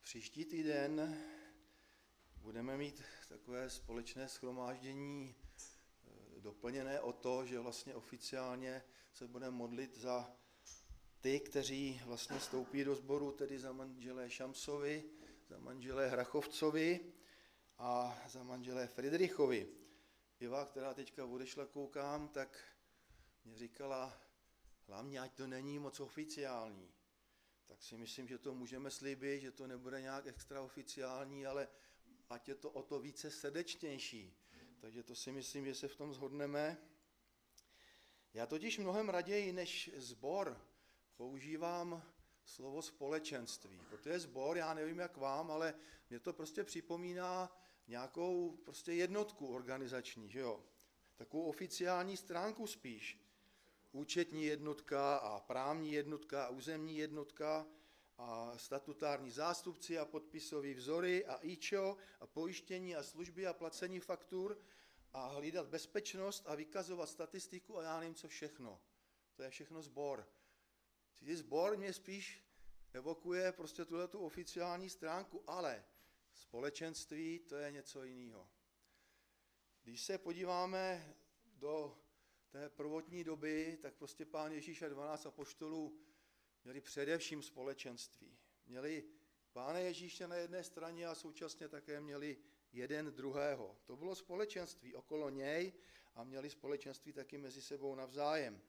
Příští týden budeme mít takové společné shromáždění doplněné o to, že vlastně oficiálně se budeme modlit za ty, kteří vlastně vstoupí do sboru, tedy za manželé Šamsovi, za manželé Hrachovcovi a za manželé Friedrichovi. Iva, která teďka odešla, koukám, tak mě říkala, hlavně ať to není moc oficiální. Tak si myslím, že to můžeme slíbit, že to nebude nějak extra oficiální, ale ať je to o to více srdečnější. Takže to si myslím, že se v tom shodneme. Já totiž mnohem raději než sbor používám slovo společenství. Protože sbor, já nevím jak vám, ale mě to prostě připomíná nějakou prostě jednotku organizační, že jo? Takovou oficiální stránku spíš. Účetní jednotka a právní jednotka a územní jednotka a statutární zástupci a podpisové vzory a IČO a pojištění a služby a placení faktur a hlídat bezpečnost a vykazovat statistiku a já nevím co všechno. To je všechno sbor. Sbor mě spíš evokuje prostě tuhletu oficiální stránku, ale společenství to je něco jiného. Když se podíváme do té prvotní doby, tak prostě Pán Ježíš a 12 apoštolů měli především společenství. Měli Pána Ježíše na jedné straně a současně také měli jeden druhého. To bylo společenství okolo něj a měli společenství taky mezi sebou navzájem.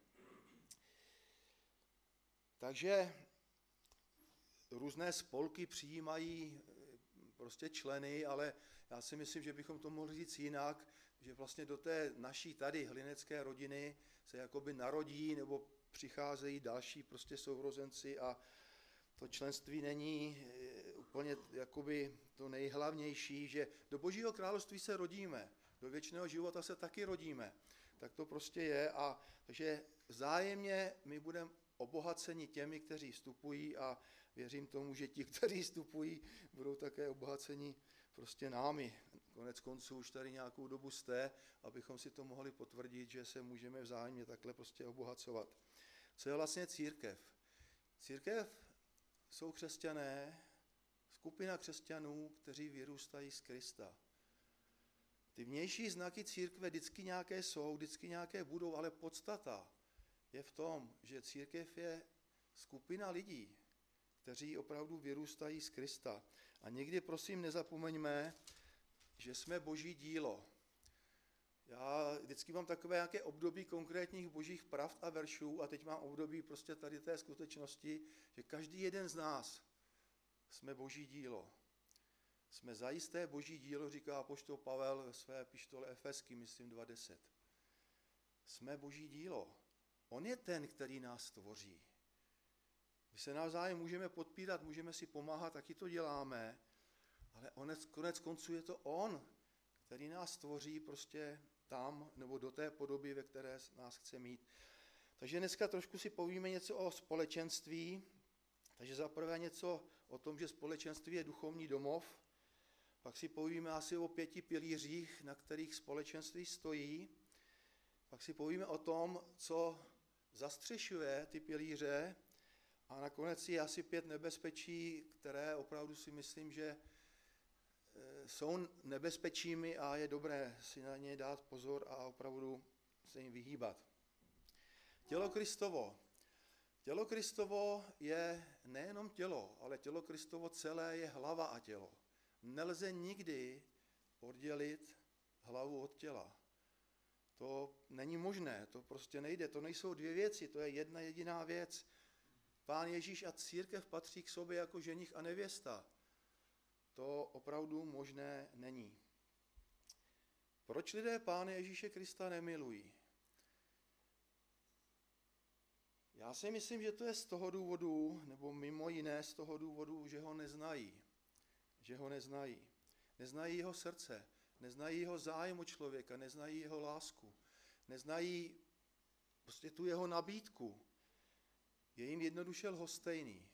Takže různé spolky přijímají prostě členy, ale já si myslím, že bychom to mohli říct jinak, že vlastně do té naší tady hlinecké rodiny se jakoby narodí nebo přicházejí další prostě sourozenci a to členství není úplně jakoby to nejhlavnější, že do Božího království se rodíme, do věčného života se taky rodíme. Tak to prostě je a takže vzájemně my budeme obohaceni těmi, kteří vstupují a věřím tomu, že ti, kteří vstupují, budou také obohaceni prostě námi. Konec konců už tady nějakou dobu jste, abychom si to mohli potvrdit, že se můžeme vzájemně takhle prostě obohacovat. Co je vlastně církev? Církev jsou křesťané, skupina křesťanů, kteří vyrůstají z Krista. Ty vnější znaky církve vždycky nějaké jsou, vždycky nějaké budou, ale podstata je v tom, že církev je skupina lidí, kteří opravdu vyrůstají z Krista. A někdy prosím nezapomeňme, že jsme Boží dílo. Já vždycky mám takové nějaké období konkrétních božích pravd a veršů a teď mám období prostě tady té skutečnosti, že každý jeden z nás jsme Boží dílo. Jsme zajisté Boží dílo, říká apoštol Pavel ve své epištole Efeský, myslím 2.10. Jsme Boží dílo. On je ten, který nás tvoří. My se navzájem můžeme podpírat, můžeme si pomáhat, taky to děláme, ale konec konců je to on, který nás tvoří prostě tam, nebo do té podoby, ve které nás chce mít. Takže dneska trošku si povíme něco o společenství, takže zaprvé něco o tom, že společenství je duchovní domov, pak si povíme asi o 5 pilířích, na kterých společenství stojí, pak si povíme o tom, co zastřešuje ty pilíře a nakonec je asi 5 nebezpečí, které opravdu si myslím, že jsou nebezpečími a je dobré si na ně dát pozor a opravdu se jim vyhýbat. Tělo Kristovo. Tělo Kristovo je nejenom tělo, ale tělo Kristovo celé je hlava a tělo. Nelze nikdy oddělit hlavu od těla. To není možné, to prostě nejde, to nejsou dvě věci, to je jedna jediná věc. Pán Ježíš a církev patří k sobě jako ženich a nevěsta. To opravdu možné není. Proč lidé Pána Ježíše Krista nemilují? Já si myslím, že to je z toho důvodu, nebo mimo jiné z toho důvodu, že ho neznají. Že ho neznají. Neznají jeho srdce, neznají jeho zájem o člověka, neznají jeho lásku, neznají prostě tu jeho nabídku. Je jim jednoduše lhostejný.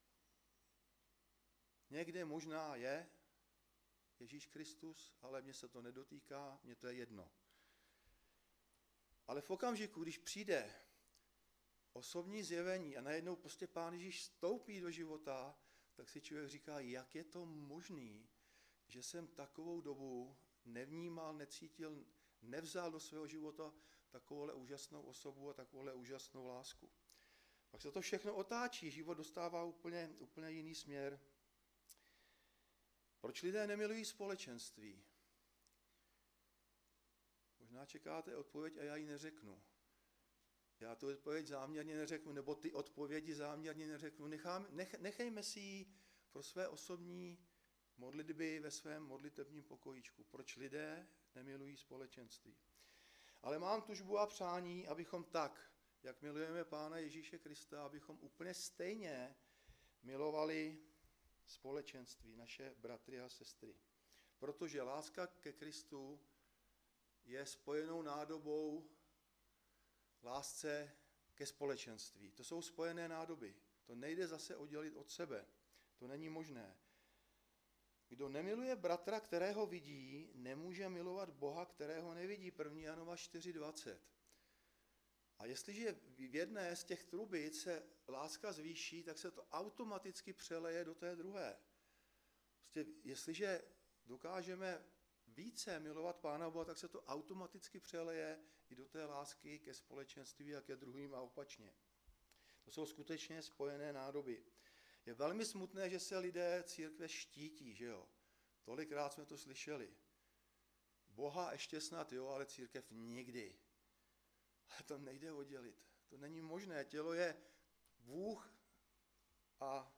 Někde možná je Ježíš Kristus, ale mně se to nedotýká, mně to je jedno. Ale v okamžiku, když přijde osobní zjevení a najednou prostě Pán Ježíš vstoupí do života, tak si člověk říká, jak je to možný, že jsem takovou dobu nevnímal, necítil, nevzal do svého života takovouhle úžasnou osobu a takovouhle úžasnou lásku. Pak se to všechno otáčí, život dostává úplně jiný směr. Proč lidé nemilují společenství? Možná čekáte odpověď a já ji neřeknu. Já tu odpověď záměrně neřeknu, nebo ty odpovědi záměrně neřeknu. Nechejme si ji pro své osobní modlitby ve svém modlitebním pokojíčku. Proč lidé nemilují společenství? Ale mám tužbu a přání, abychom tak, jak milujeme Pána Ježíše Krista, abychom úplně stejně milovali společenství, naše bratry a sestry. Protože láska ke Kristu je spojenou nádobou lásce ke společenství. To jsou spojené nádoby. To nejde zase oddělit od sebe. To není možné. Kdo nemiluje bratra, kterého vidí, nemůže milovat Boha, kterého nevidí. 1. Janova 4:20. A jestliže v jedné z těch trubic se láska zvýší, tak se to automaticky přeleje do té druhé. Prostě jestliže dokážeme více milovat Pána Boha, tak se to automaticky přeleje i do té lásky ke společenství a ke druhým a opačně. To jsou skutečně spojené nádoby. Je velmi smutné, že se lidé církve štítí, že jo? Tolikrát jsme to slyšeli. Boha ještě snad, jo, ale církev nikdy. Ale to nejde oddělit. To není možné. Tělo je Bůh a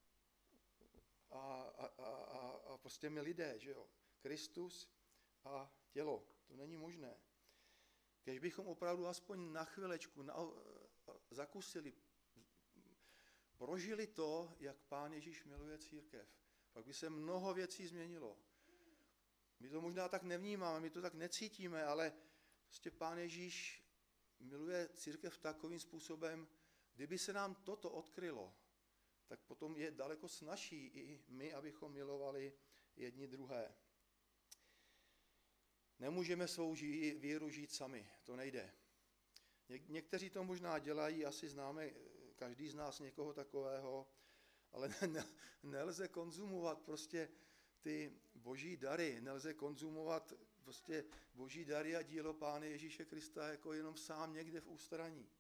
prostě my lidé, že jo? Kristus a tělo. To není možné. Když bychom opravdu aspoň na chvilečku zakusili, prožili to, jak Pán Ježíš miluje církev, pak by se mnoho věcí změnilo. My to možná tak nevnímáme, my to tak necítíme, ale prostě Pán Ježíš miluje církev takovým způsobem, kdyby se nám toto odkrylo, tak potom je daleko snazší i my, abychom milovali jedni druhé. Nemůžeme svou víru žít sami, to nejde. Někteří to možná dělají, asi známe každý z nás někoho takového, ale nelze konzumovat prostě ty boží dary, nelze konzumovat prostě boží dary a dílo Pána Ježíše Krista jako jenom sám někde v ústraní.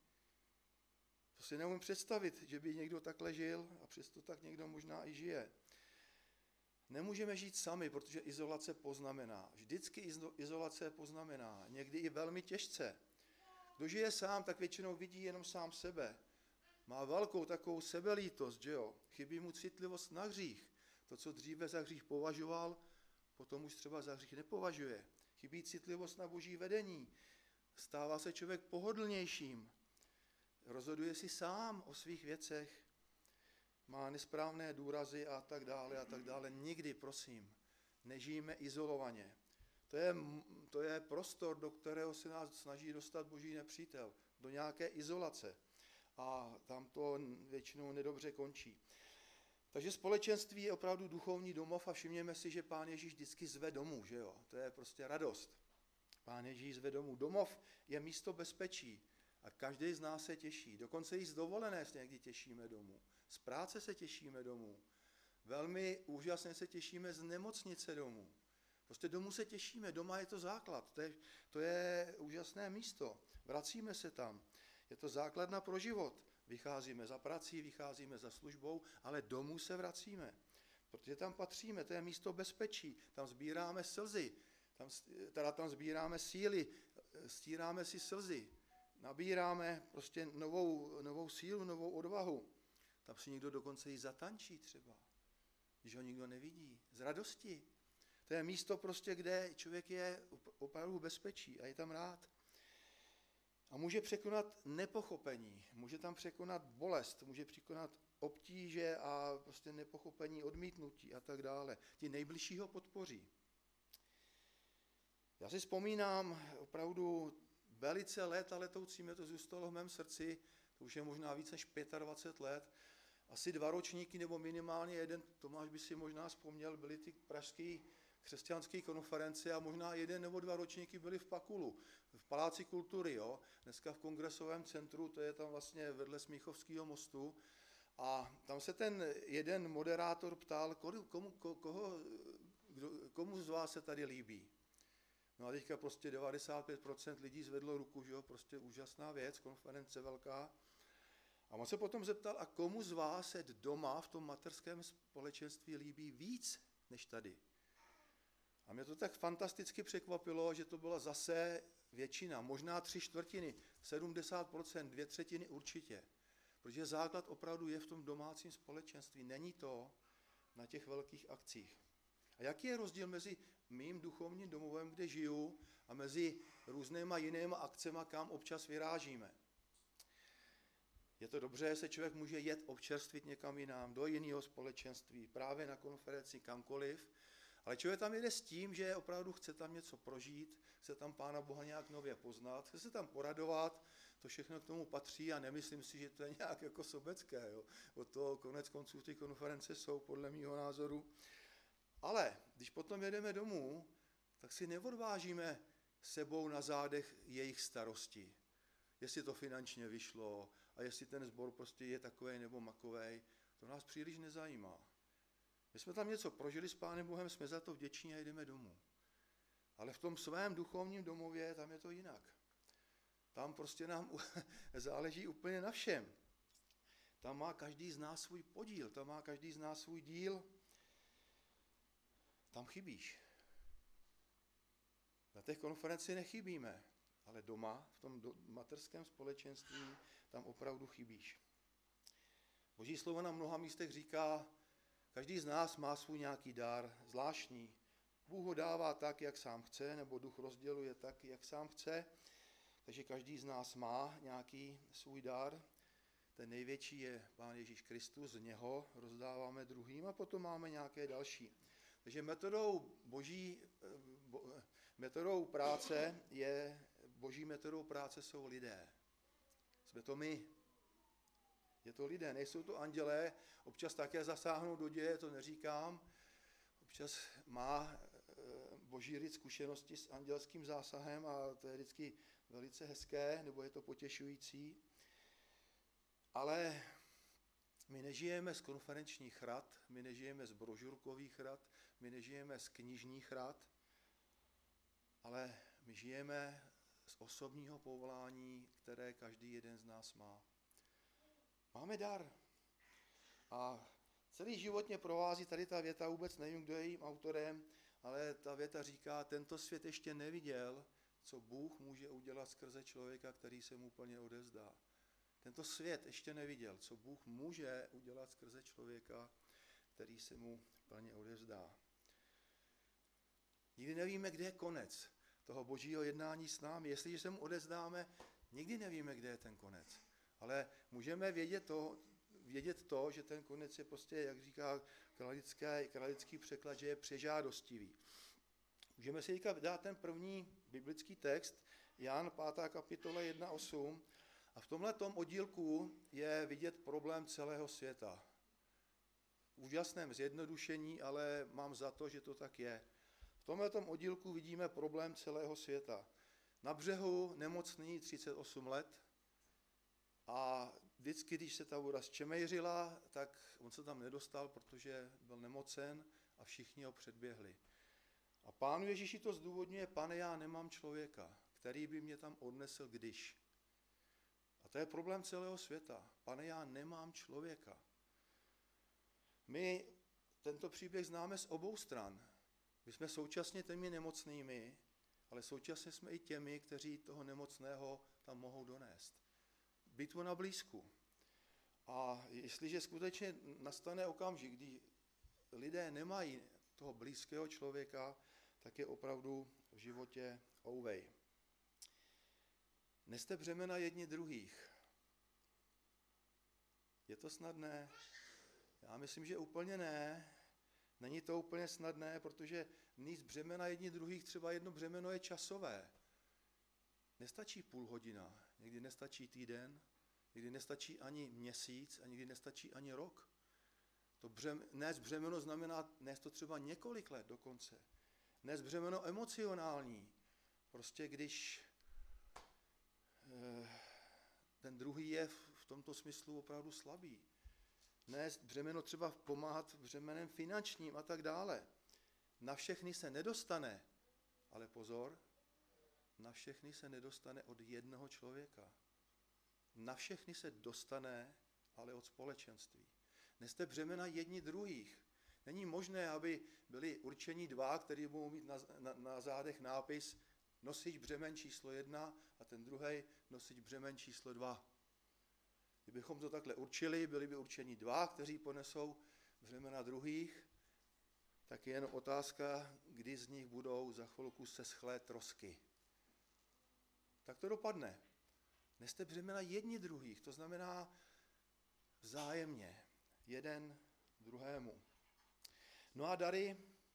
To si neumím představit, že by někdo takhle žil a přesto tak někdo možná i žije. Nemůžeme žít sami, protože izolace poznamená. Vždycky izolace poznamená, někdy i velmi těžce. Kdo žije sám, tak většinou vidí jenom sám sebe. Má velkou takovou sebelítost, že jo? Chybí mu citlivost na hřích. To, co dříve za hřích považoval, potom už třeba za hřích nepovažuje. Chybí citlivost na boží vedení. Stává se člověk pohodlnějším. Rozhoduje si sám o svých věcech. Má nesprávné důrazy a tak dále a tak dále. Nikdy, prosím, nežijeme izolovaně. To je prostor, do kterého se nás snaží dostat boží nepřítel. Do nějaké izolace. A tam to většinou nedobře končí. Takže společenství je opravdu duchovní domov a všimněme si, že Pán Ježíš vždycky zve domů, že jo? To je prostě radost. Pán Ježíš zve domů. Domov je místo bezpečí a každý z nás se těší. Dokonce i z dovolené se někdy těšíme domů. Z práce se těšíme domů. Velmi úžasně se těšíme z nemocnice domů. Prostě domů se těšíme, doma je to základ. To je úžasné místo. Vracíme se tam. Je to základna pro život. Vycházíme za prací, vycházíme za službou, ale domů se vracíme. Protože tam patříme, to je místo bezpečí. Tam sbíráme slzy, tam sbíráme síly, stíráme si slzy. Nabíráme prostě novou sílu, novou odvahu. Tam si někdo dokonce i zatančí třeba, když ho nikdo nevidí. Z radosti. To je místo prostě, kde člověk je opravdu bezpečí a je tam rád. A může překonat nepochopení, může tam překonat bolest, může překonat obtíže a prostě nepochopení, odmítnutí a tak dále. Ti nejbližší ho podpoří. Já si vzpomínám opravdu velice léta letoucí, mě to zůstalo v mém srdci, to už je možná více než 25 let, asi 2 ročníky nebo minimálně jeden, Tomáš by si možná vzpomněl, byly ty pražské křesťanské konference a možná 1 nebo 2 ročníky byly v Pakulu, v Paláci kultury, jo? Dneska v Kongresovém centru, to je tam vlastně vedle Smíchovského mostu A tam se ten jeden moderátor ptal, komu z vás se tady líbí. No a teďka prostě 95% lidí zvedlo ruku, že jo, prostě úžasná věc, konference velká. A on se potom zeptal, a komu z vás se doma v tom mateřském společenství líbí víc než tady? A mě to tak fantasticky překvapilo, že to byla zase většina, možná 3/4, 70%, 2/3 určitě. Protože základ opravdu je v tom domácím společenství, není to na těch velkých akcích. A jaký je rozdíl mezi mým duchovním domovem, kde žiju, a mezi různýma jinýma akcemi, kam občas vyrážíme? Je to dobře, se člověk může jet občerstvit někam jinam, do jiného společenství, právě na konferenci, kamkoliv, ale člověk tam jede s tím, že opravdu chce tam něco prožít, chce tam Pána Boha nějak nově poznat, chce se tam poradovat, to všechno k tomu patří a nemyslím si, že to je nějak jako sobecké. Jo. Od toho konec konců ty konference jsou podle mýho názoru. Ale když potom jedeme domů, tak si neodvážíme sebou na zádech jejich starosti. Jestli to finančně vyšlo a jestli ten sbor prostě je takovej nebo makovej, to nás příliš nezajímá. My jsme tam něco prožili s Pánem Bohem, jsme za to vděční a jdeme domů. Ale v tom svém duchovním domově tam je to jinak. Tam prostě nám záleží úplně na všem. Tam má každý z nás svůj podíl, tam má každý z nás svůj díl. Tam chybíš. Na těch konferenci nechybíme, ale doma, v tom mateřském společenství, tam opravdu chybíš. Boží slovo na mnoha místech říká, každý z nás má svůj nějaký dar, zvláštní. Bůh ho dává tak, jak sám chce, nebo duch rozděluje tak, jak sám chce. Takže každý z nás má nějaký svůj dar. Ten největší je Pán Ježíš Kristus, z něho rozdáváme druhým a potom máme nějaké další. Takže boží metodou práce jsou lidé. Jsme to my. Je to lidé, nejsou to andělé, občas také zasáhnou do děje, to neříkám. Občas má boží lid zkušenosti s andělským zásahem a to je vždycky velice hezké, nebo je to potěšující. Ale my nežijeme z konferenčních rad, my nežijeme z brožurkových rad, my nežijeme z knižních rad, ale my žijeme z osobního povolání, které každý jeden z nás má. Máme dar. A celý život mě provází tady ta věta, vůbec nevím, kdo je jejím autorem, ale ta věta říká, tento svět ještě neviděl, co Bůh může udělat skrze člověka, který se mu plně odevzdá. Tento svět ještě neviděl, co Bůh může udělat skrze člověka, který se mu plně odevzdá. Nikdy nevíme, kde je konec toho božího jednání s námi. Jestliže se mu odevzdáme, nikdy nevíme, kde je ten konec. Ale můžeme vědět to, že ten konec je prostě, jak říká kralický překlad, že je přežádostivý. Můžeme si teďka dát ten první biblický text, Jan 5. kapitola 1:8, a v tomhletom oddílku je vidět problém celého světa. V úžasném zjednodušení, ale mám za to, že to tak je. V tomhletom oddílku vidíme problém celého světa. Na břehu nemocný 38 let a vždycky, když se ta voda zčemejřila, tak on se tam nedostal, protože byl nemocen a všichni ho předběhli. A Pánu Ježíši to zdůvodňuje, Pane, já nemám člověka, který by mě tam odnesl, když. A to je problém celého světa. Pane, já nemám člověka. My tento příběh známe z obou stran. My jsme současně těmi nemocnými, ale současně jsme i těmi, kteří toho nemocného tam mohou donést. Být mu na blízku. A jestliže skutečně nastane okamžik, kdy lidé nemají toho blízkého člověka, tak je opravdu v životě ouvej. Neste břemena jedni druhých. Je to snadné? Já myslím, že úplně ne. Není to úplně snadné, protože nést břemena jedni druhých, třeba jedno břemeno je časové. Nestačí půl hodina, někdy nestačí týden, někdy nestačí ani měsíc a někdy nestačí ani rok. Nést břemeno znamená nést to třeba několik let dokonce. Nést břemeno emocionální. Prostě když ten druhý je v tomto smyslu opravdu slabý. nést břemeno třeba pomáhat břemenem finančním a tak dále. Na všechny se nedostane, ale pozor, na všechny se nedostane od jednoho člověka. Na všechny se dostane, ale od společenství. Neste břemena jedni druhých. Není možné, aby byli určeni dva, kteří budou mít na zádech nápis nosič břemen číslo 1 a ten druhý nosič břemen číslo 2. Kdybychom to takhle určili, byli by určeni dva, kteří ponesou břemena druhých, tak je jen otázka, kdy z nich budou za chvilku seschlé trosky. Tak to dopadne. Neste břemena jedni druhých, to znamená vzájemně, jeden druhému. No a dary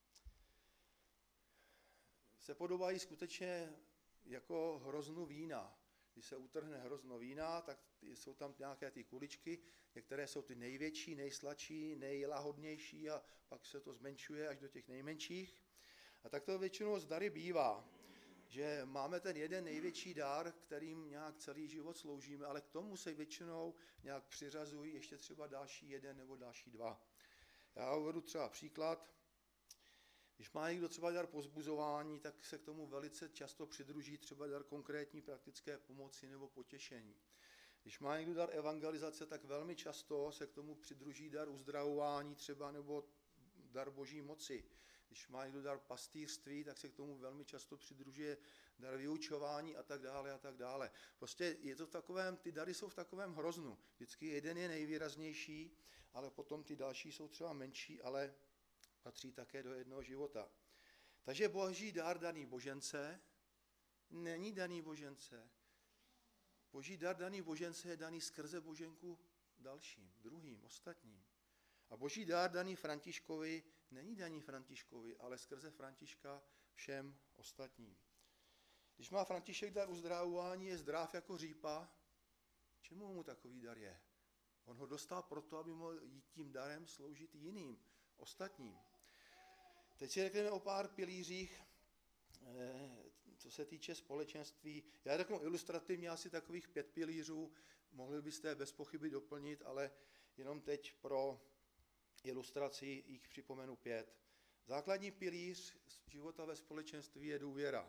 se podobají skutečně jako hroznu vína. Když se utrhne hrozno vína, tak jsou tam nějaké ty kuličky, některé jsou ty největší, nejsladší, nejlahodnější a pak se to zmenšuje až do těch nejmenších. A tak to většinou s dary bývá, že máme ten jeden největší dar, kterým nějak celý život sloužíme, ale k tomu se většinou nějak přiřazují ještě třeba další jeden nebo další dva. Já uvedu třeba příklad. Když má někdo třeba dar povzbuzování, tak se k tomu velice často přidruží třeba dar konkrétní praktické pomoci nebo potěšení. Když má někdo dar evangelizace, tak velmi často se k tomu přidruží dar uzdravování třeba nebo dar boží moci. Když má někdo dar pastýřství, tak se k tomu velmi často přidružuje dar vyučování a tak dále a tak dále. Prostě je to v takovém, ty dary jsou v takovém hroznu. Vždycky jeden je nejvýraznější, ale potom ty další jsou třeba menší, ale patří také do jednoho života. Takže boží dar daný božence není daný božence. Boží dar daný božence je daný skrze boženku dalším, druhým, ostatním. A boží dar daný Františkovi není daný Františkovi, ale skrze Františka všem ostatním. Když má František dar uzdravování, je zdrav jako řípa, čemu mu takový dar je? On ho dostal proto, aby mohl jít tím darem sloužit jiným, ostatním. Teď si řekneme o pár pilířích, co se týče společenství. Já řeknu ilustrativně asi takových 5 pilířů, mohli byste bez pochyby doplnit, ale jenom teď pro ilustraci jich připomenu 5. Základní pilíř života ve společenství je důvěra.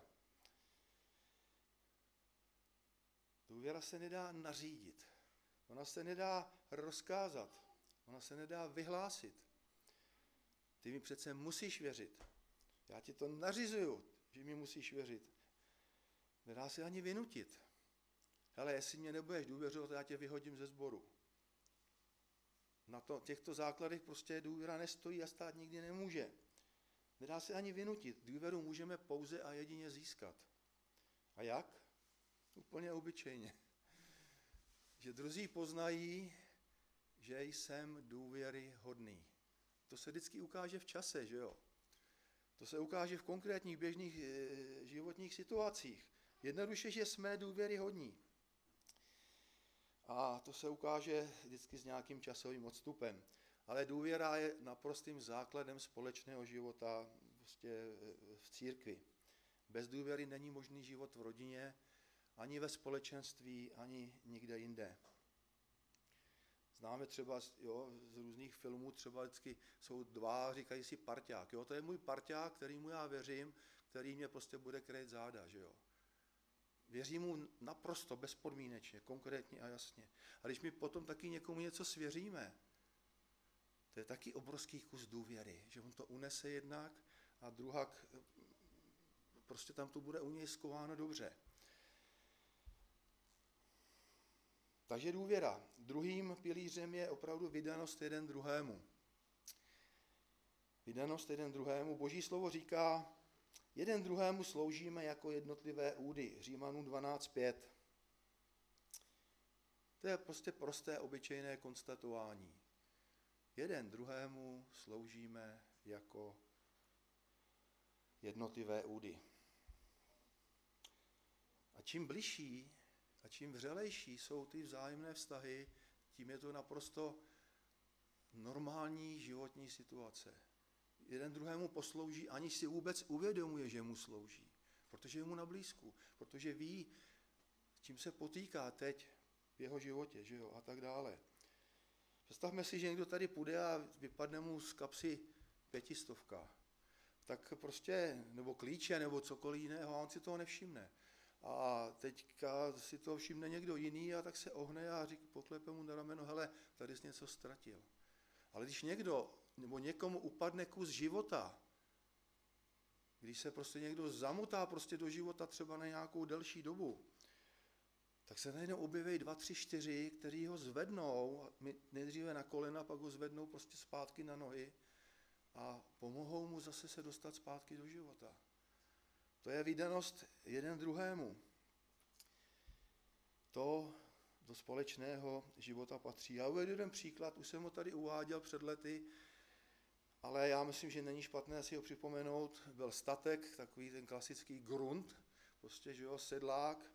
Důvěra se nedá nařídit, ona se nedá rozkázat, ona se nedá vyhlásit. Ty mi přece musíš věřit. Já ti to nařizuju, že mi musíš věřit. Nedá se ani vynutit. Hele, jestli mě nebudeš důvěřovat, já tě vyhodím ze sboru. Na těchto základech prostě důvěra nestojí a stát nikdy nemůže. Nedá se ani vynutit. Důvěru můžeme pouze a jedině získat. A jak? Úplně obyčejně. Že druzí poznají, že jsem důvěryhodný. To se vždycky ukáže v čase, že jo? To se ukáže v konkrétních běžných životních situacích. Jednoduše, že jsme důvěryhodní. A to se ukáže vždycky s nějakým časovým odstupem. Ale důvěra je naprostým základem společného života prostě v církvi. Bez důvěry není možný život v rodině, ani ve společenství, ani nikde jinde. Známe třeba z různých filmů, třeba vždycky jsou dva, říkají si parťák. Jo? To je můj parťák, kterýmu já věřím, který mě prostě bude kryt záda. Že jo? Věřím mu naprosto bezpodmínečně, konkrétně a jasně. A když my potom taky někomu něco svěříme, to je taky obrovský kus důvěry, že on to unese jednak a druhak prostě tam to bude u něj skováno dobře. Takže důvěra. Druhým pilířem je opravdu vydanost jeden druhému. Vydanost jeden druhému. Boží slovo říká, jeden druhému sloužíme jako jednotlivé údy. Římanům 12:5. To je prostě prosté, obyčejné konstatování. Jeden druhému sloužíme jako jednotlivé údy. A čím bližší a čím vřelejší jsou ty vzájemné vztahy, tím je to naprosto normální životní situace. Jeden druhému poslouží, aniž si vůbec uvědomuje, že mu slouží, protože je mu na blízku, protože ví, s čím se potýká teď v jeho životě, že jo, a tak dále. Představme si, že někdo tady půjde a vypadne mu z kapsy 500, tak prostě, nebo klíče, nebo cokoliv jiného, a on si toho nevšimne. A teďka si toho všimne někdo jiný a tak se ohne a poklepe mu na rameno, hele, tady jsi něco ztratil. Ale když někdo, nebo někomu upadne kus života, když se prostě někdo zamutá prostě do života třeba na nějakou delší dobu, tak se najednou objeví 2, 3, 4, kteří ho zvednou, nejdříve na kolena, pak ho zvednou prostě zpátky na nohy a pomohou mu zase se dostat zpátky do života. To je výdanost jeden druhému. To do společného života patří. Já uvedu jeden příklad, už jsem ho tady uváděl před lety, ale já myslím, že není špatné si ho připomenout. Byl statek, takový ten klasický grunt, prostě, že jo, sedlák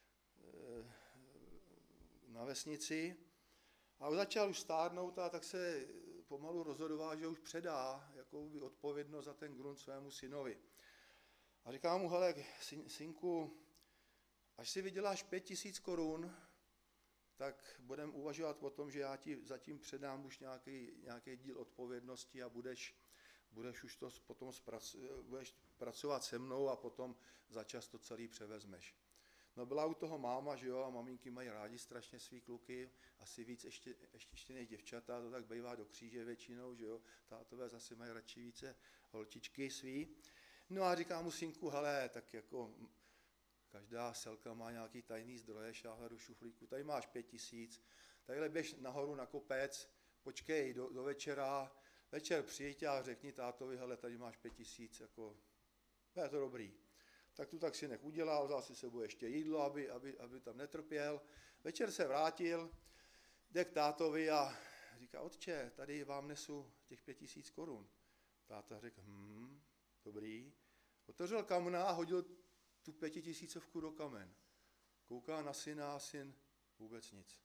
na vesnici. A začal už stárnout a tak se pomalu rozhodoval, že už předá jakou odpovědnost za ten grunt svému synovi. A říká mu, hele, synku, až si vyděláš 5000 korun, tak budeme uvažovat o tom, že já ti zatím předám už nějaký díl odpovědnosti a budeš už to potom budeš pracovat se mnou a potom za čas to celý převezmeš. No byla u toho máma, že jo, a maminky mají rádi strašně svý kluky, asi víc ještě než děvčata, to tak bývá do kříže většinou, že jo, tátové zase mají radši více holčičky svý. No a říká mu, synku, hele, tak jako každá selka má nějaký tajný zdroje, šáhla do šuflíku, tady máš 5000, takhle běž nahoru na kopec, počkej do večera, večer přijď a řekni tátovi, hele, tady máš 5000, jako, je to dobrý. Tak tu tak synek udělal, vzal si sebou ještě jídlo, aby tam netrpěl. Večer se vrátil, jde k tátovi a říká, otče, tady vám nesu těch 5000 korun. Táta řekl, dobrý. Otevřel kamna a hodil tu 5000 do kamen. Kouká na syna a syn vůbec nic.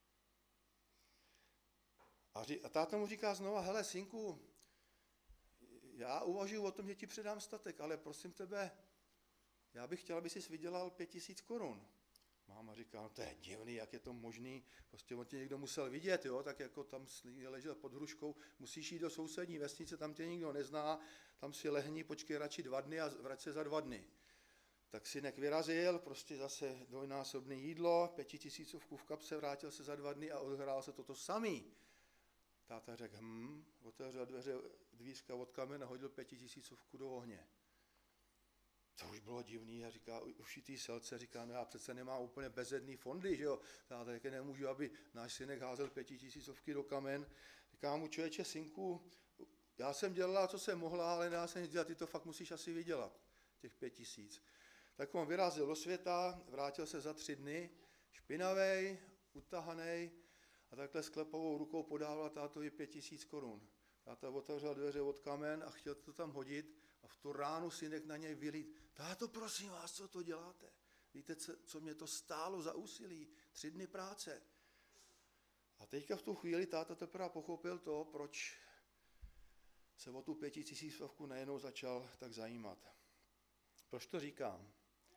A táta mu říká znova, hele synku, já uvažuji o tom, že ti předám statek, ale prosím tebe, já bych chtěl, aby jsi vydělal 5000 korun. Máma říká, no to je divný, jak je to možný, prostě on tě někdo musel vidět, jo, tak jako tam ležel pod hruškou, musíš jít do sousední vesnice, tam tě nikdo nezná, tam si lehni, počkej radši 2 dny a vrať se za 2 dny. Tak synek vyrazil, prostě zase dvojnásobné jídlo, 5000 v kapse, vrátil se za 2 dny a odehrál se toto samý. Táta řekl, otevřel dvířka od kamen a hodil 5000 do ohně. To už bylo divný a říká, ušitý selce, říká, no já přece nemám úplně bezedný fondy, že jo, já také nemůžu, aby náš synek házel 5000 do kamen. Říká mu, člověče, synku, já jsem dělala, co jsem mohla, ale nedá se nic dělat, ty to fakt musíš asi vydělat, těch 5000. Tak on vyrazil do světa, vrátil se za 3 dny, špinavej, utahanej a takhle s klepovou rukou podával tátovi 5000 korun. Táta otevřel dveře od kamen a chtěl to tam hodit a v tu ránu synek na něj vylít. Táto, prosím vás, co to děláte? Víte, co mě to stálo za úsilí? 3 dny práce. A teďka v tu chvíli táta teprve pochopil to, proč se o tu 5000 najednou začal tak zajímat. Proč to říkám?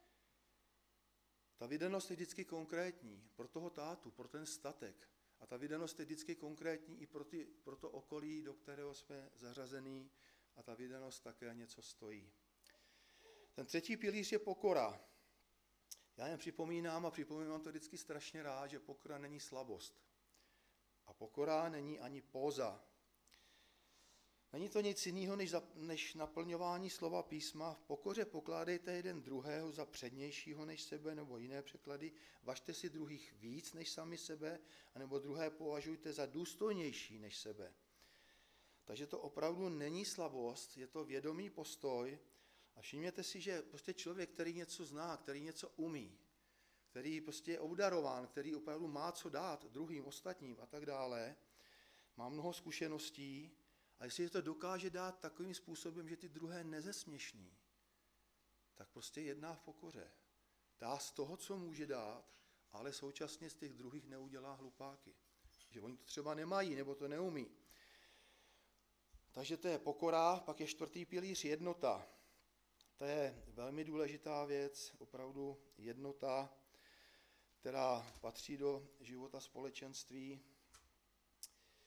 Ta vydanost je vždycky konkrétní pro toho tátu, pro ten statek. A ta vydanost je vždycky konkrétní i pro to okolí, do kterého jsme zařazení, a ta vydanost také něco stojí. Ten 3. pilíř je pokora. Já jen připomínám to vždycky strašně rád, že pokora není slabost. A pokora není ani póza. Není to nic jiného než naplňování slova písma. V pokoře pokládejte jeden druhého za přednějšího než sebe, nebo jiné překlady. Važte si druhých víc než sami sebe, anebo druhé považujte za důstojnější než sebe. Takže to opravdu není slabost, je to vědomý postoj. A všimněte si, že prostě člověk, který něco zná, který něco umí, který prostě je obdarován, který opravdu má co dát druhým, ostatním a tak dále, má mnoho zkušeností, a jestli to dokáže dát takovým způsobem, že ty druhé nezesměšní, tak prostě jedná v pokoře. Dá z toho, co může dát, ale současně z těch druhých neudělá hlupáky. Že oni to třeba nemají, nebo to neumí. Takže to je pokora, pak je 4. pilíř jednota. To je velmi důležitá věc, opravdu jednota, která patří do života společenství.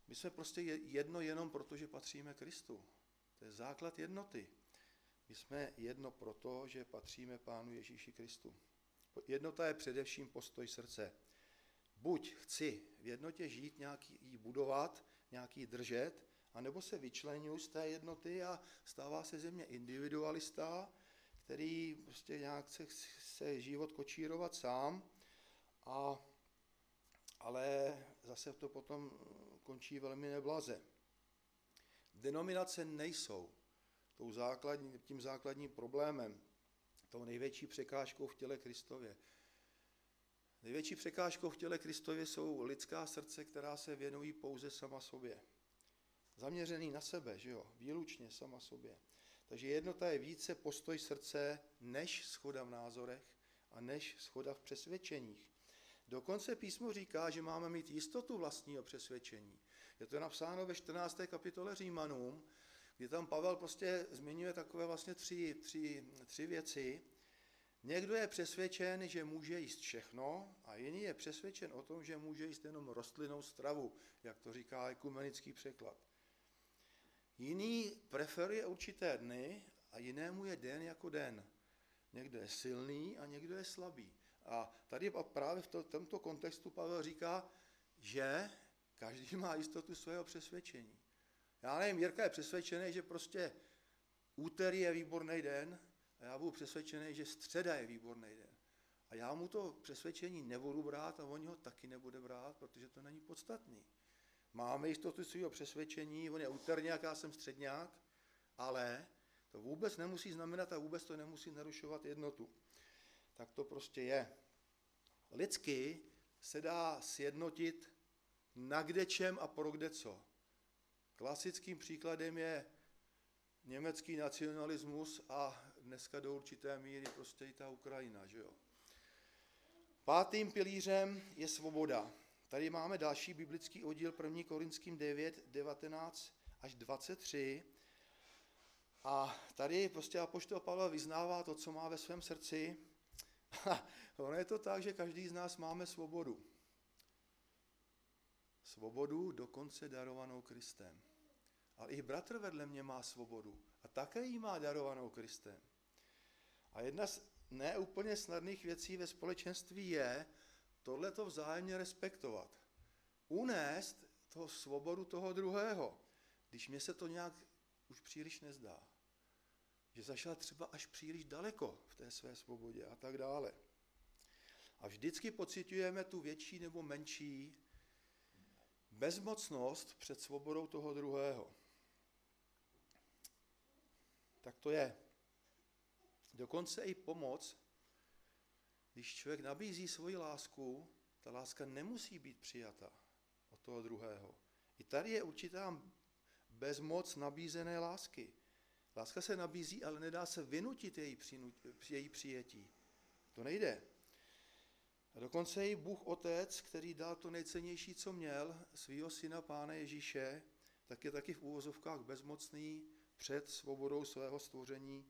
My jsme prostě jedno jenom proto, že patříme Kristu. To je základ jednoty. My jsme jedno proto, že patříme Pánu Ježíši Kristu. Jednota je především postoj srdce. Buď chci v jednotě žít, nějaký ji budovat, nějaký držet, anebo se vyčleňuji z té jednoty a stává se ze mě individualista, který prostě nějak se život kočírovat sám, ale zase to potom končí velmi neblaze. Denominace nejsou tím základním problémem, tou největší překážkou v těle Kristově. Největší překážkou v těle Kristově jsou lidská srdce, která se věnují pouze sama sobě. Zaměřený na sebe, že jo? Výlučně sama sobě. Takže jednota je více postoj srdce než shoda v názorech a než shoda v přesvědčeních. Dokonce písmo říká, že máme mít jistotu vlastního přesvědčení. Je to napsáno ve 14. kapitole Římanům, kdy tam Pavel prostě zmiňuje takové vlastně tři věci. Někdo je přesvědčen, že může jíst všechno a jiný je přesvědčen o tom, že může jíst jenom rostlinnou stravu, jak to říká ekumenický překlad. Jiný preferuje určité dny a jinému je den jako den. Někdo je silný a někdo je slabý. A tady právě v tomto kontextu Pavel říká, že každý má jistotu svého přesvědčení. Já nevím, Jirka je přesvědčený, že prostě úterý je výborný den a já budu přesvědčený, že středa je výborný den. A já mu to přesvědčení nebudu brát a on ho taky nebude brát, protože to není podstatný. Máme jistotu svého přesvědčení, on je úterňák, já jsem středňák, ale to vůbec nemusí znamenat a vůbec to nemusí narušovat jednotu. Tak to prostě je. Lidsky se dá sjednotit na kdečem a pro kdeco. Klasickým příkladem je německý nacionalismus a dneska do určité míry prostě i ta Ukrajina, že jo. Pátým pilířem je svoboda. Tady máme další biblický oddíl 1. Korinským 9, 19 až 23. A tady prostě apoštol Pavel vyznává to, co má ve svém srdci. Ono je to tak, že každý z nás máme svobodu. Svobodu dokonce darovanou Kristem. Ale i bratr vedle mě má svobodu a také ji má darovanou Kristem. A jedna z neúplně snadných věcí ve společenství je tohleto vzájemně respektovat. Unést toho svobodu toho druhého, když mně se to nějak už příliš nezdá. Že zašel třeba až příliš daleko v té své svobodě a tak dále. A vždycky pociťujeme tu větší nebo menší bezmocnost před svobodou toho druhého. Tak to je. Dokonce i pomoc, když člověk nabízí svoji lásku, ta láska nemusí být přijata od toho druhého. I tady je určitá bezmoc nabízené lásky. Láska se nabízí, ale nedá se vynutit její přijetí. To nejde. A dokonce i Bůh Otec, který dal to nejcennější, co měl, svýho syna Pána Ježíše, tak je taky v úvozovkách bezmocný před svobodou svého stvoření,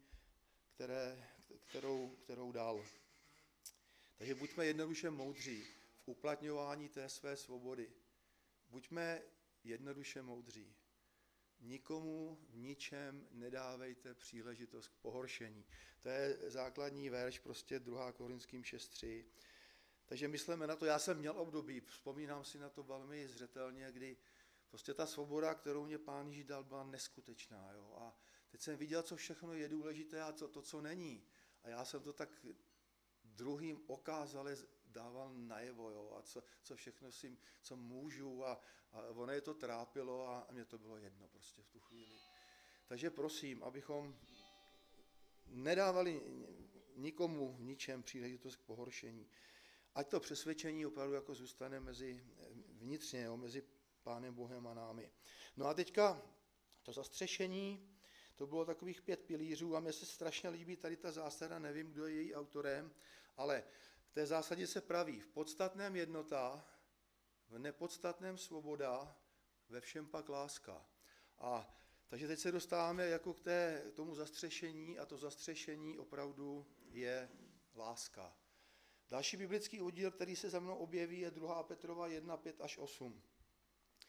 kterou dal. Takže buďme jednoduše moudří v uplatňování té své svobody. Buďme jednoduše moudří. Nikomu v ničem nedávejte příležitost k pohoršení. To je základní verš, prostě 2. Korinským 6.3. Takže myslíme na to, já jsem měl období, vzpomínám si na to velmi zřetelně, kdy prostě ta svoboda, kterou mě Pán Ježíš dal, byla neskutečná. Jo? A teď jsem viděl, co všechno je důležité a to, co není. A já jsem to tak druhým okázale dával najevo, jo? A co všechno co můžu a ono je to trápilo a mně to bylo jedno prostě v tu chvíli. Takže prosím, abychom nedávali nikomu v ničem příležitost k pohoršení. Ať to přesvědčení opravdu jako zůstane vnitřně, jo, mezi Pánem Bohem a námi. No a teďka to zastřešení, to bylo takových 5 pilířů a mně se strašně líbí tady ta zásada, nevím, kdo je její autorem, ale v té zásadě se praví, v podstatném jednota, v nepodstatném svoboda, ve všem pak láska. A takže teď se dostáváme jako k tomu zastřešení a to zastřešení opravdu je láska. Další biblický oddíl, který se za mnou objeví, je 2. Petrova 1, 5 až 8.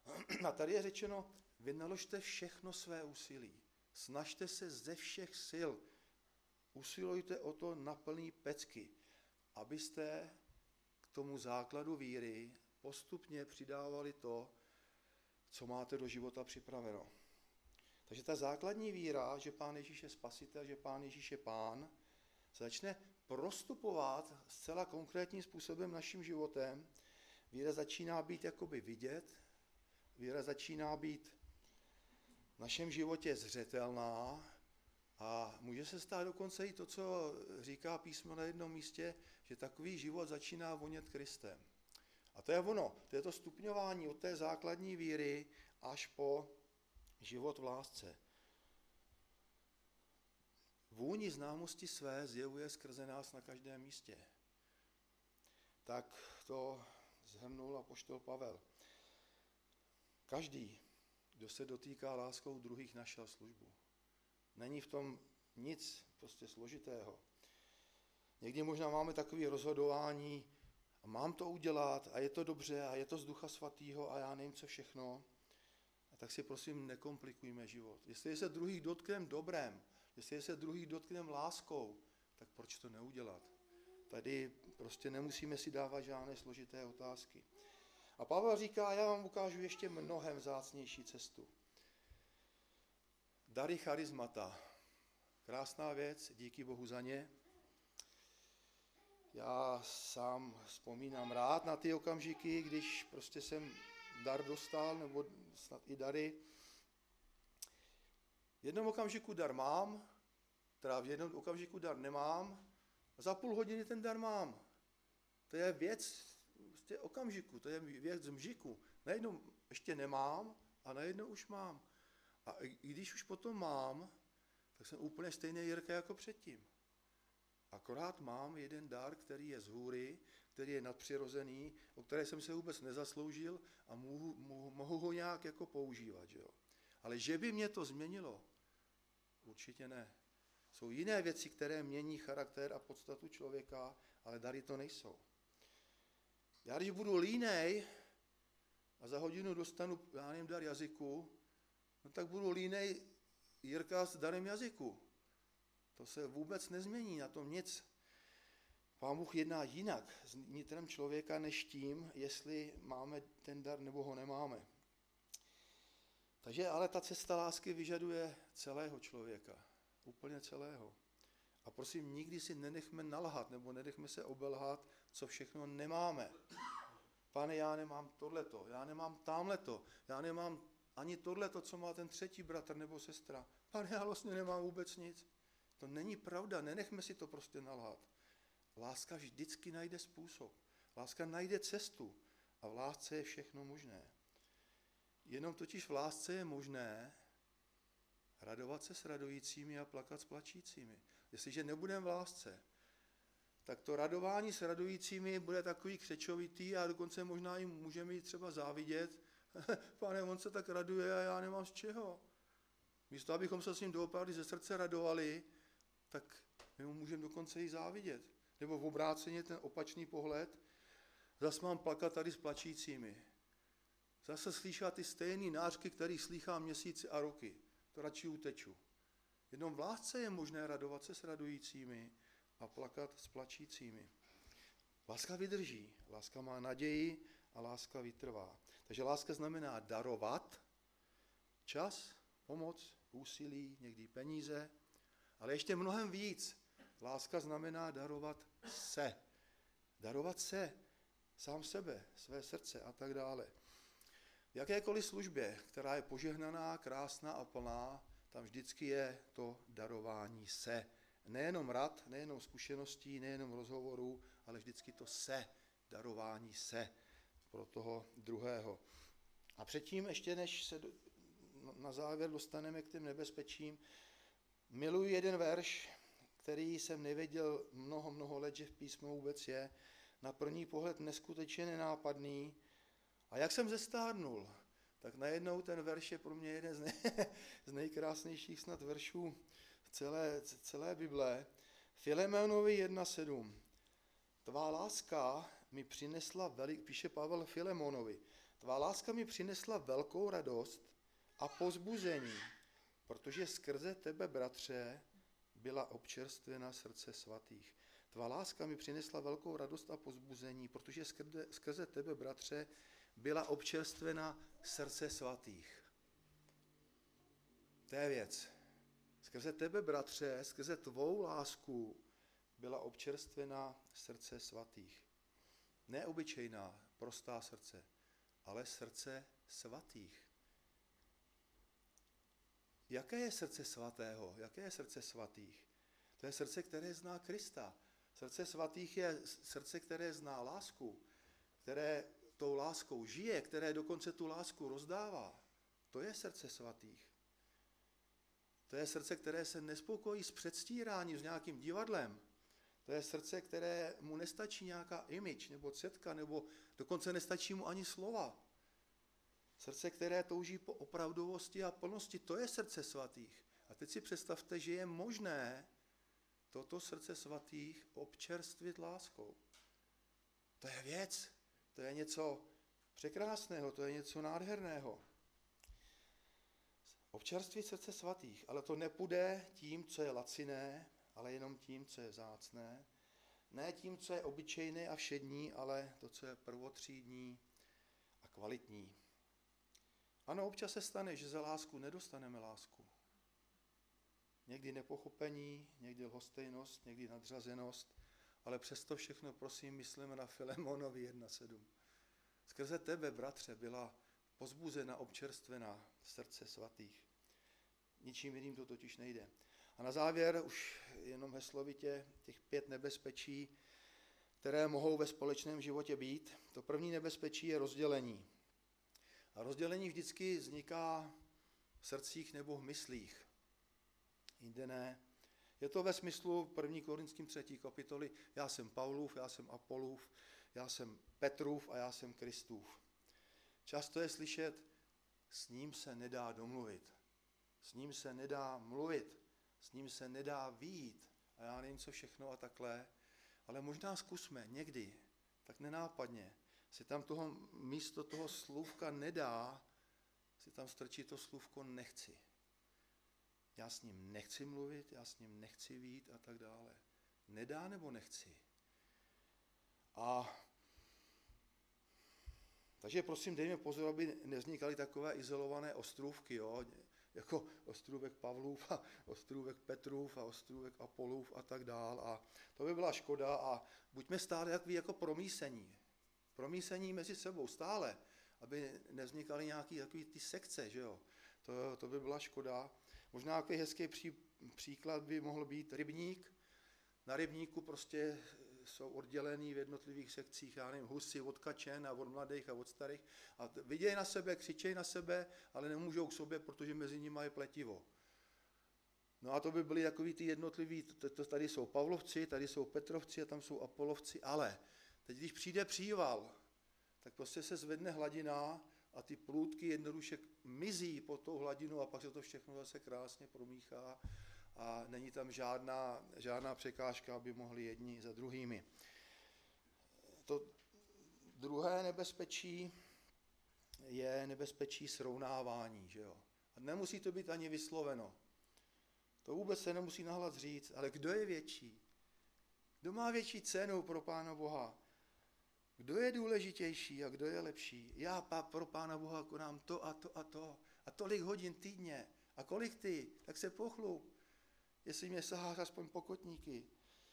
A tady je řečeno, vynaložte všechno své úsilí. Snažte se ze všech sil. Usilujte o to na plný pecky, abyste k tomu základu víry postupně přidávali to, co máte do života připraveno. Takže ta základní víra, že Pán Ježíš je spasitel, že Pán Ježíš je Pán, začne prostupovat zcela konkrétním způsobem naším životem. Víra začíná být jakoby vidět, víra začíná být v našem životě zřetelná a může se stát dokonce i to, co říká písmo na jednom místě, že takový život začíná vonět Kristem. A to je ono, to je to stupňování od té základní víry až po život v lásce. Vůni známosti své zjevuje skrze nás na každém místě. Tak to shrnul apoštol Pavel. Každý, kdo se dotýká láskou druhých, našel službu. Není v tom nic prostě složitého. Někdy možná máme takové rozhodování, a mám to udělat a je to dobře a je to z Ducha Svatého a já nevím co všechno. A tak si prosím nekomplikujme život. Jestli se druhých dotkneme dobrem, jestli se druhých dotkneme láskou, tak proč to neudělat? Tady prostě nemusíme si dávat žádné složité otázky. A Pavel říká, já vám ukážu ještě mnohem vzácnější cestu. Dary charismata. Krásná věc, díky Bohu za ně. Já sám vzpomínám rád na ty okamžiky, když prostě jsem dar dostal, nebo snad i dary. V jednom okamžiku dar mám, teda v jednom okamžiku dar nemám, a za půl hodiny ten dar mám. To je věc prostě okamžiku, to je věc mžiku. Najednou ještě nemám a najednou už mám. A i když už potom mám, tak jsem úplně stejný Jirka jako předtím. Akorát mám jeden dar, který je z hůry, který je nadpřirozený, o které jsem se vůbec nezasloužil a mohu ho nějak jako používat. Že jo? Ale že by mě to změnilo, určitě ne. Jsou jiné věci, které mění charakter a podstatu člověka, ale dary to nejsou. Já když budu línej a za hodinu dostanu, já nevím, dar jazyku, no tak budu línej Jirka s darem jazyku. To se vůbec nezmění, na tom nic. Pán Bůh jedná jinak s nitrem člověka, než tím, jestli máme ten dar nebo ho nemáme. Takže ale ta cesta lásky vyžaduje celého člověka. Úplně celého. A prosím, nikdy si nenechme nalhat, nebo nenechme se obelhat, co všechno nemáme. Pane, já nemám tohleto, já nemám támhleto, já nemám ani tohleto, co má ten třetí bratr nebo sestra. Pane, já vlastně nemám vůbec nic. To není pravda, nenechme si to prostě nalhat. Láska vždycky najde způsob. Láska najde cestu a v lásce je všechno možné. Jenom totiž v lásce je možné radovat se s radujícími a plakat s plačícími. Jestliže nebudeme v lásce, tak to radování s radujícími bude takový křečovitý a dokonce možná jim můžeme jít třeba závidět. Pane, on se tak raduje a já nemám z čeho. Místo, abychom se s ním doopravdy ze srdce radovali, tak my mu můžeme dokonce i závidět. Nebo v obráceně ten opačný pohled, zase mám plakat tady s plačícími. Zase slyšá ty stejný nářky, který slýchá měsíci a roky. To radši uteču. Jenom v lásce je možné radovat se s radujícími a plakat s plačícími. Láska vydrží, láska má naději a láska vytrvá. Takže láska znamená darovat čas, pomoc, úsilí, někdy peníze, ale ještě mnohem víc. Láska znamená darovat se. Darovat se, sám sebe, své srdce a tak dále. V jakékoliv službě, která je požehnaná, krásná a plná, tam vždycky je to darování se. Nejenom rad, nejenom zkušeností, nejenom rozhovorů, ale vždycky to se, darování se pro toho druhého. A předtím, ještě než se na závěr dostaneme k těm nebezpečím, miluji jeden verš, který jsem nevěděl mnoho let, že v písmu vůbec je. Na první pohled neskutečně nenápadný. A jak jsem zestárnul, tak najednou ten verš je pro mě jeden z nejkrásnějších snad veršů celé Bible. Filemonovi 1.7. Tvá láska mi přinesla píše Pavel Filemonovi, Tvá láska mi přinesla velkou radost a povzbuzení, protože skrze tebe, bratře, byla občerstvena srdce svatých. Tvá láska mi přinesla velkou radost a povzbuzení, protože skrze tebe, bratře, byla občerstvena srdce svatých. To je věc. Skrze tebe, bratře, skrze tvou lásku byla občerstvena srdce svatých. Neobyčejná, prostá srdce, ale srdce svatých. Jaké je srdce svatého? Jaké je srdce svatých? To je srdce, které zná Krista. Srdce svatých je srdce, které zná lásku, které tou láskou žije, které dokonce tu lásku rozdává. To je srdce svatých. To je srdce, které se nespokojí s předstíráním, s nějakým divadlem. To je srdce, které mu nestačí nějaká image nebo cetka, nebo dokonce nestačí mu ani slova. Srdce, které touží po opravdovosti a plnosti, to je srdce svatých. A teď si představte, že je možné toto srdce svatých občerstvit láskou. To je věc, to je něco překrásného, to je něco nádherného. Občerstvit srdce svatých, ale to nepůjde tím, co je laciné, ale jenom tím, co je vzácné. Ne tím, co je obyčejné a všední, ale to, co je prvotřídní a kvalitní. Ano, občas se stane, že za lásku nedostaneme lásku. Někdy nepochopení, někdy lhostejnost, někdy nadřazenost, ale přesto všechno, prosím, myslíme na Filemonovi 1.7. Skrze tebe, bratře, byla pozbuzena, občerstvena srdce svatých. Ničím jiným to totiž nejde. A na závěr už jenom heslovitě těch 5 nebezpečí, které mohou ve společném životě být. To první nebezpečí je rozdělení. A rozdělení vždycky vzniká v srdcích nebo v myslích. Jinde ne. Je to ve smyslu 1. Korinským 3. kapitoly. Já jsem Paulův, já jsem Apolův, já jsem Petrův a já jsem Kristův. Často je slyšet, s ním se nedá domluvit. S ním se nedá mluvit. S ním se nedá vyjít. A já nevím, co všechno a takhle. Ale možná zkusme někdy, tak nenápadně, si tam místo toho slůvka nedá, si tam strčí to slůvko nechci. Já s ním nechci mluvit, já s ním nechci vyjít a tak dále. Nedá nebo nechci? Takže prosím, dejme pozor, aby nevznikaly takové izolované ostrůvky, jo? Jako ostrůvek Pavlův a ostrůvek Petrův a ostrůvek Apolův a tak dál. A to by byla škoda a buďme stále jako promísení. Promísení mezi sebou stále, aby nevznikaly nějaké takové ty sekce, že jo? To by byla škoda. Možná takový hezký příklad by mohl být rybník. Na rybníku prostě jsou oddělený v jednotlivých sekcích, já nevím, husy od kačen a od mladých a od starých a vidějí na sebe, křičejí na sebe, ale nemůžou k sobě, protože mezi nimi je pletivo. No a to by byly takový ty jednotliví, tady jsou Pavlovci, tady jsou Petrovci a tam jsou Apolovci, ale teď, když přijde příval, tak prostě se zvedne hladina a ty průdky jednoduše mizí pod tou hladinu a pak se to všechno zase krásně promíchá a není tam žádná překážka, aby mohli jedni za druhými. To druhé nebezpečí je nebezpečí srovnávání, že jo. A nemusí to být ani vysloveno. To vůbec se nemusí nahlas říct, ale kdo je větší? Kdo má větší cenu pro Pána Boha? Kdo je důležitější a kdo je lepší? Já pro Pána Boha konám to a to a to. A tolik hodin týdně. A kolik ty? Tak se pochlup, jestli mě saháš aspoň pokotníky.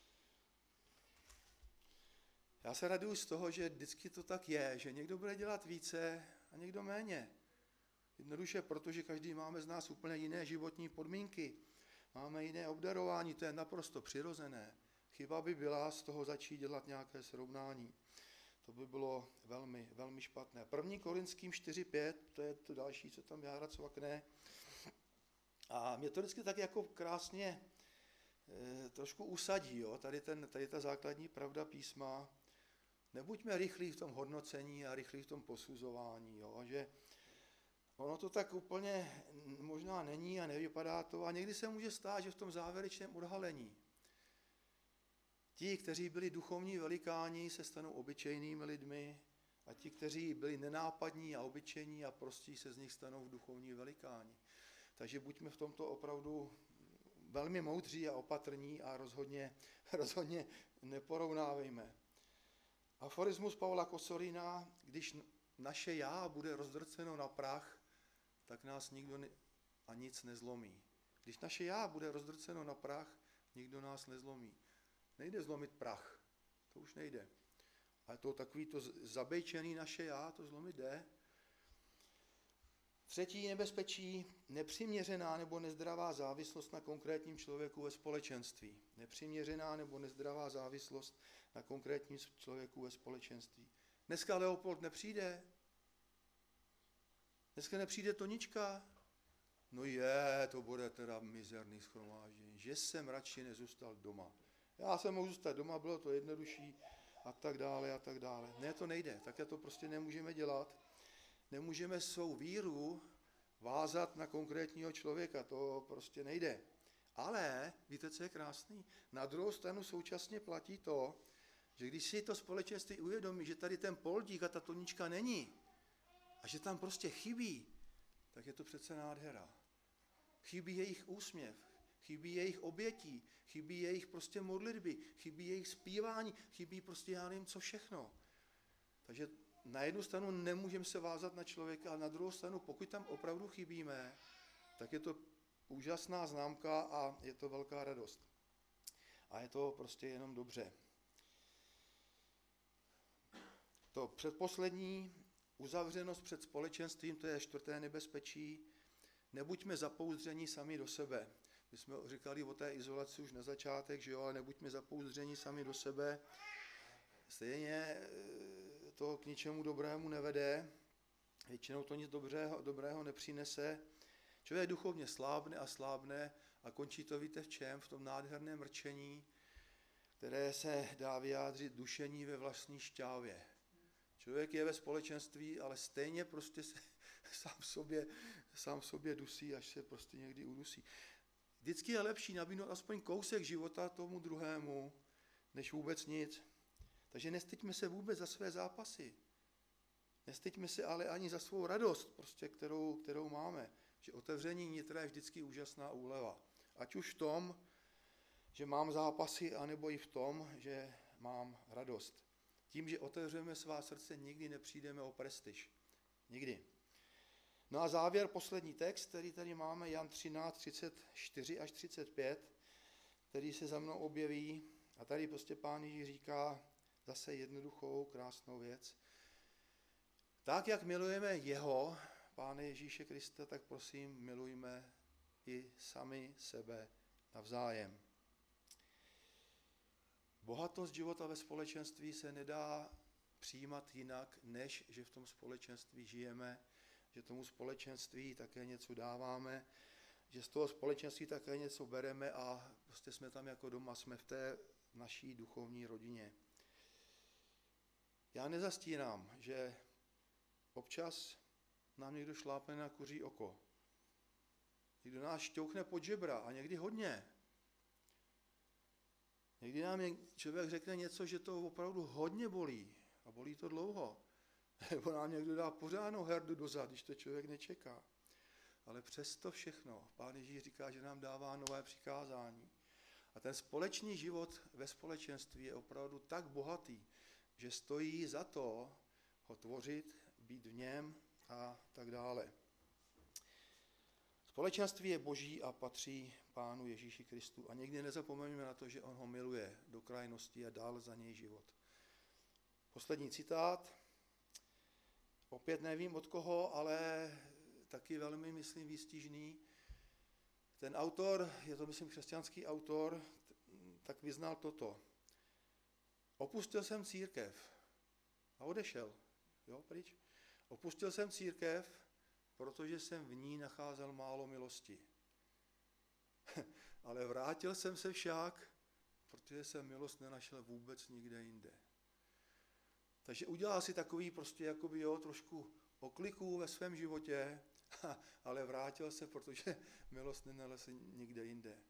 Já se raduju z toho, že vždycky to tak je, že někdo bude dělat více a někdo méně. Jednoduše, protože každý máme z nás úplně jiné životní podmínky. Máme jiné obdarování, to je naprosto přirozené. Chyba by byla z toho začít dělat nějaké srovnání. To by bylo velmi, velmi špatné. 1. Korinským 4.5, to je to další, co tam Jára cvakne. A mě to vždycky tak jako krásně trošku usadí, jo? Tady ta základní pravda písma. Nebuďme rychlí v tom hodnocení a rychlí v tom posuzování, jo? Že ono to tak úplně možná není a nevypadá to a někdy se může stát, že v tom závěrečném odhalení ti, kteří byli duchovní velikáni, se stanou obyčejnými lidmi A ti, kteří byli nenápadní a obyčejní a prostí, se z nich stanou duchovní velikáni. Takže buďme v tomto opravdu velmi moudří a opatrní a rozhodně neporovnávejme. Aforismus Pavla Kosorina: když naše já bude rozdrceno na prach, tak nás nikdo a nic nezlomí. Když naše já bude rozdrceno na prach, nikdo nás nezlomí. Nejde zlomit prach, to už nejde. Ale to takový to zabejčený naše já, to zlomit jde. Třetí nebezpečí: nepřiměřená nebo nezdravá závislost na konkrétním člověku ve společenství. Nepřiměřená nebo nezdravá závislost na konkrétním člověku ve společenství. Dneska Leopold nepřijde. Dneska nepřijde Tonička. No to bude teda mizerný shromáždění, že jsem radši nezůstal doma. Já jsem mohl zůstat doma, bylo to jednodušší a tak dále a tak dále. Ne, to nejde, tak to prostě nemůžeme dělat. Nemůžeme svou víru vázat na konkrétního člověka, to prostě nejde. Ale, víte, co je krásný? Na druhou stranu současně platí to, že když si to společenství uvědomí, že tady ten Poldík a ta Tonička není a že tam prostě chybí, tak je to přece nádhera. Chybí jejich úsměv, chybí jejich obětí, chybí jejich prostě modlitby, chybí jejich zpívání, chybí prostě já nevím co všechno. Takže na jednu stranu nemůžeme se vázat na člověka, a na druhou stranu, pokud tam opravdu chybíme, tak je to úžasná známka a je to velká radost. A je to prostě jenom dobře. To předposlední, uzavřenost před společenstvím, to je čtvrté nebezpečí. Nebuďme zapouzdření sami do sebe. My jsme říkali o té izolaci už na začátek, že jo, ale nebuďme zapouzdření sami do sebe. Stejně to k ničemu dobrému nevede, většinou to nic dobrého nepřinese. Člověk duchovně slábne a končí to, víte v čem? V tom nádherném mrčení, které se dá vyjádřit dušení ve vlastní šťávě. Člověk je ve společenství, ale stejně prostě se sám sobě dusí, až se prostě někdy udusí. Vždycky je lepší nabídnout aspoň kousek života tomu druhému, než vůbec nic. Takže nestyďme se vůbec za své zápasy. Nestyďme se ale ani za svou radost, prostě, kterou máme. Že otevření nitra je vždycky úžasná úleva. Ať už v tom, že mám zápasy, anebo i v tom, že mám radost. Tím, že otevřeme svá srdce, nikdy nepřijdeme o prestiž. Nikdy. No a závěr, poslední text, který tady máme, Jan 13, 34 až 35, který se za mnou objeví. A tady prostě Pán Ježíš říká zase jednoduchou, krásnou věc. Tak, jak milujeme jeho, Pána Ježíše Krista, tak prosím, milujme i sami sebe navzájem. Bohatost života ve společenství se nedá přijímat jinak, než že v tom společenství žijeme, že tomu společenství také něco dáváme, že z toho společenství také něco bereme a prostě jsme tam jako doma, jsme v té naší duchovní rodině. Já nezastírám, že občas nám někdo šlápne na kuří oko. Někdo nás šťouchne pod žebra a někdy hodně. Někdy nám člověk řekne něco, že to opravdu hodně bolí a bolí to dlouho. Nebo nám někdo dá pořádnou herdu dozad, když to člověk nečeká. Ale přesto všechno Pán Ježíš říká, že nám dává nové přikázání. A ten společný život ve společenství je opravdu tak bohatý, že stojí za to ho tvořit, být v něm a tak dále. Společenství je boží a patří Pánu Ježíši Kristu. A někdy nezapomeňme na to, že on ho miluje do krajnosti a dál za něj život. Poslední citát. Opět nevím od koho, ale taky velmi, myslím, výstižný. Ten autor, je to, myslím, křesťanský autor, tak vyznal toto. Opustil jsem církev a odešel. Jo, pryč. Opustil jsem církev, protože jsem v ní nacházel málo milosti. Ale vrátil jsem se však, protože jsem milost nenašel vůbec nikde jinde. Takže udělal si takový prostě jakoby trošku okliků ve svém životě, ale vrátil se, protože milost nenalezl nikde jinde.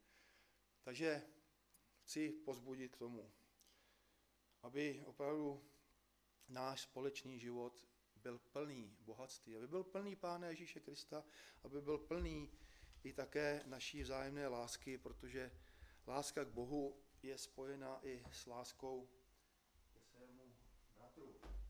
Takže chci pozbudit k tomu, aby opravdu náš společný život byl plný bohatství, aby byl plný Pána Ježíše Krista, aby byl plný i také naší vzájemné lásky, protože láska k Bohu je spojena i s láskou ke svému bratru.